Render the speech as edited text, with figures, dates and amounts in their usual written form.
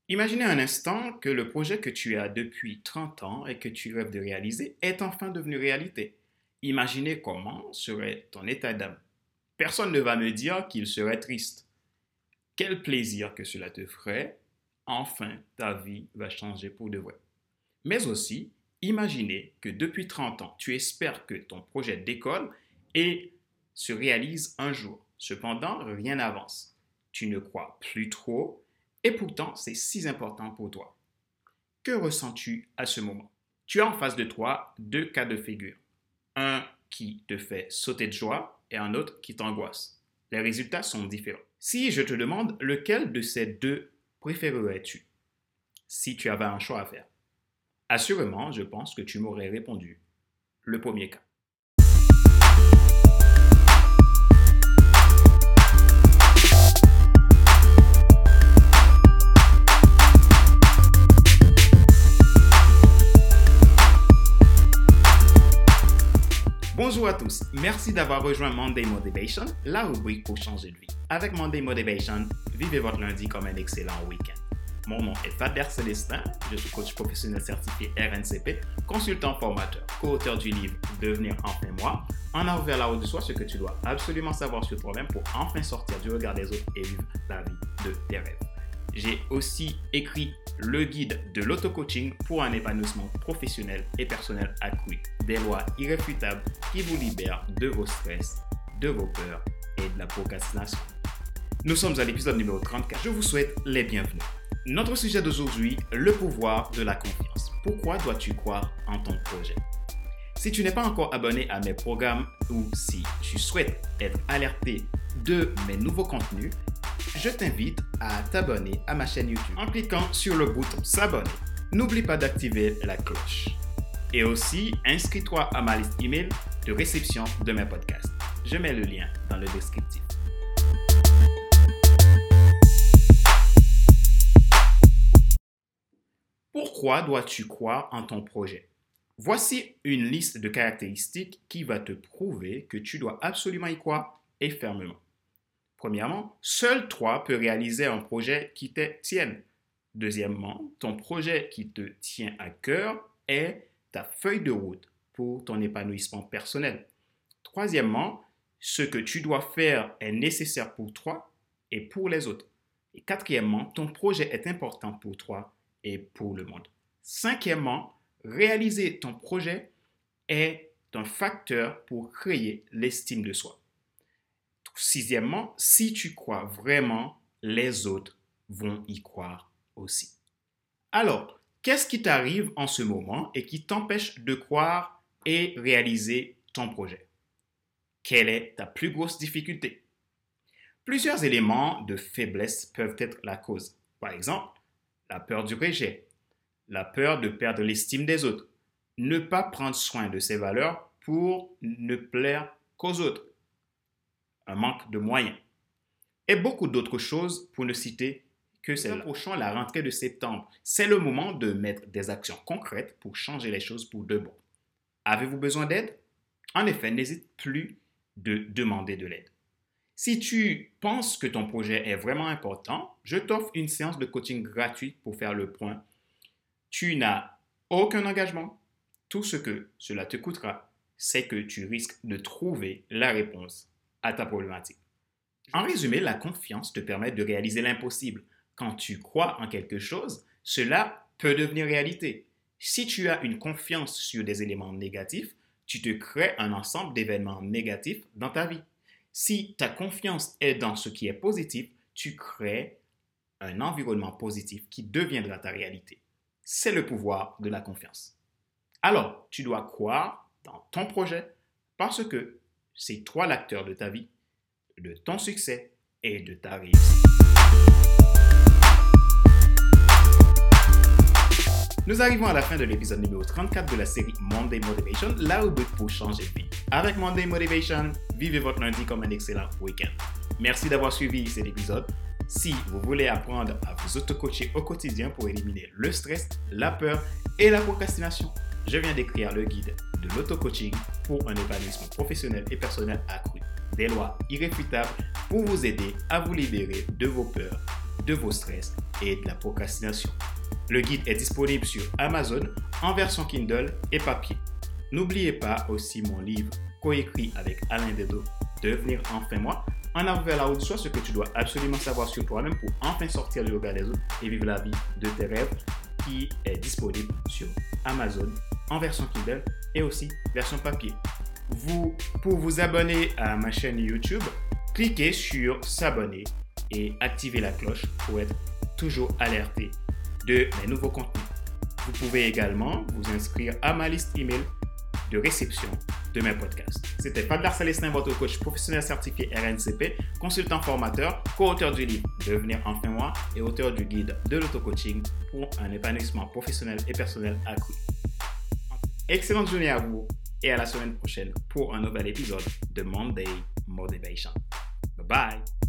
Imaginez un instant que le projet que tu as depuis 30 ans et que tu rêves de réaliser est enfin devenu réalité. Imaginez comment serait ton état d'âme. Personne ne va me dire qu'il serait triste. Quel plaisir que cela te ferait. Enfin, ta vie va changer pour de vrai. Mais aussi, imaginez que depuis 30 ans, tu espères que ton projet décolle et se réalise un jour. Cependant, rien n'avance. Tu ne crois plus trop et pourtant, c'est si important pour toi. Que ressens-tu à ce moment? Tu as en face de toi deux cas de figure. Un qui te fait sauter de joie et un autre qui t'angoisse. Les résultats sont différents. Si je te demande lequel de ces deux préférerais-tu si tu avais un choix à faire? Assurément, je pense que tu m'aurais répondu le premier cas. Bonjour à tous, merci d'avoir rejoint Monday Motivation, la rubrique pour changer de vie. Avec Monday Motivation, vivez votre lundi comme un excellent week-end. Mon nom est Fader Célestin, je suis coach professionnel certifié RNCP, consultant formateur, co-auteur du livre Devenir enfin moi, en avant vers la haut de soi, ce que tu dois absolument savoir sur toi-même pour enfin sortir du regard des autres et vivre la vie de tes rêves. J'ai aussi écrit le guide de l'auto-coaching pour un épanouissement professionnel et personnel accru. Des lois irréfutables qui vous libèrent de vos stress, de vos peurs et de la procrastination. Nous sommes à l'épisode numéro 34. Je vous souhaite les bienvenus. Notre sujet d'aujourd'hui, le pouvoir de la confiance. Pourquoi dois-tu croire en ton projet? Si tu n'es pas encore abonné à mes programmes ou si tu souhaites être alerté de mes nouveaux contenus, je t'invite à t'abonner à ma chaîne YouTube en cliquant sur le bouton s'abonner. N'oublie pas d'activer la cloche. Et aussi, inscris-toi à ma liste email de réception de mes podcasts. Je mets le lien dans le descriptif. Pourquoi dois-tu croire en ton projet? Voici une liste de caractéristiques qui va te prouver que tu dois absolument y croire et fermement. Premièrement, seul toi peux réaliser un projet qui te tienne. Deuxièmement, ton projet qui te tient à cœur est ta feuille de route pour ton épanouissement personnel. Troisièmement, ce que tu dois faire est nécessaire pour toi et pour les autres. Et quatrièmement, ton projet est important pour toi et pour le monde. Cinquièmement, réaliser ton projet est un facteur pour créer l'estime de soi. Sixièmement, si tu crois vraiment, les autres vont y croire aussi. Alors, qu'est-ce qui t'arrive en ce moment et qui t'empêche de croire et réaliser ton projet? Quelle est ta plus grosse difficulté? Plusieurs éléments de faiblesse peuvent être la cause. Par exemple, la peur du rejet, la peur de perdre l'estime des autres, ne pas prendre soin de ses valeurs pour ne plaire qu'aux autres, un manque de moyens, et beaucoup d'autres choses pour ne citer que celles-là. Approchons la rentrée de septembre. C'est le moment de mettre des actions concrètes pour changer les choses pour de bon. Avez-vous besoin d'aide? En effet, n'hésite plus de demander de l'aide. Si tu penses que ton projet est vraiment important, je t'offre une séance de coaching gratuite pour faire le point. Tu n'as aucun engagement. Tout ce que cela te coûtera, c'est que tu risques de trouver la réponse à ta problématique. En résumé, la confiance te permet de réaliser l'impossible. Quand tu crois en quelque chose, cela peut devenir réalité. Si tu as une confiance sur des éléments négatifs, tu te crées un ensemble d'événements négatifs dans ta vie. Si ta confiance est dans ce qui est positif, tu crées un environnement positif qui deviendra ta réalité. C'est le pouvoir de la confiance. Alors, tu dois croire dans ton projet parce que c'est toi l'acteur de ta vie, de ton succès et de ta réussite. Nous arrivons à la fin de l'épisode numéro 34 de la série Monday Motivation, la rubrique pour changer de vie. Avec Monday Motivation, vivez votre lundi comme un excellent week-end. Merci d'avoir suivi cet épisode. Si vous voulez apprendre à vous auto-coacher au quotidien pour éliminer le stress, la peur et la procrastination, je viens d'écrire le guide de l'auto-coaching pour un épanouissement professionnel et personnel accru. Des lois irréfutables pour vous aider à vous libérer de vos peurs de vos stress et de la procrastination. Le guide est disponible sur Amazon en version Kindle et papier. N'oubliez pas aussi mon livre coécrit avec Alain Dedo, Devenir enfin moi, en avant vers la haute soit ce que tu dois absolument savoir sur toi-même pour enfin sortir du regard des autres et vivre la vie de tes rêves, qui est disponible sur Amazon en version Kindle et aussi version papier. Pour vous abonner à ma chaîne YouTube, cliquez sur s'abonner et activez la cloche pour être toujours alerté de mes nouveaux contenus. Vous pouvez également vous inscrire à ma liste email de réception de mes podcasts. C'était Fadlar Célestin, votre coach professionnel certifié RNCP, consultant formateur, co-auteur du livre Devenir enfin moi et auteur du guide de l'auto-coaching pour un épanouissement professionnel et personnel accru. Excellente journée à vous et à la semaine prochaine pour un nouvel épisode de Monday Motivation. Bye bye!